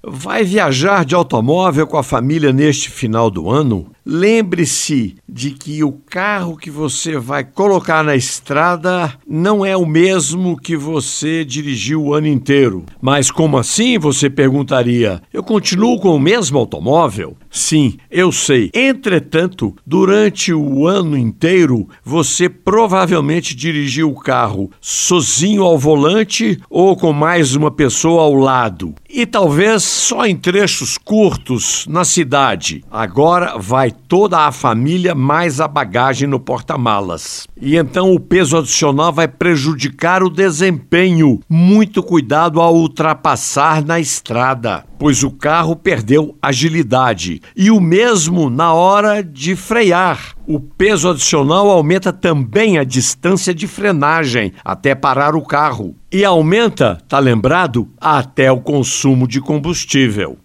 Vai viajar de automóvel com a família neste final do ano? Lembre-se de que o carro que você vai colocar na estrada não é o mesmo que você dirigiu o ano inteiro. Mas como assim? Você perguntaria. Eu continuo com o mesmo automóvel? Sim, eu sei. Entretanto, durante o ano inteiro, você provavelmente dirigiu o carro sozinho ao volante ou com mais uma pessoa ao lado. E talvez só em trechos curtos na cidade. Agora vai toda a família mais a bagagem no porta-malas. E então o peso adicional vai prejudicar o desempenho. Muito cuidado ao ultrapassar na estrada, pois o carro perdeu agilidade. E o mesmo na hora de frear. O peso adicional aumenta também a distância de frenagem até parar o carro. E aumenta, tá lembrado, até o consumo de combustível.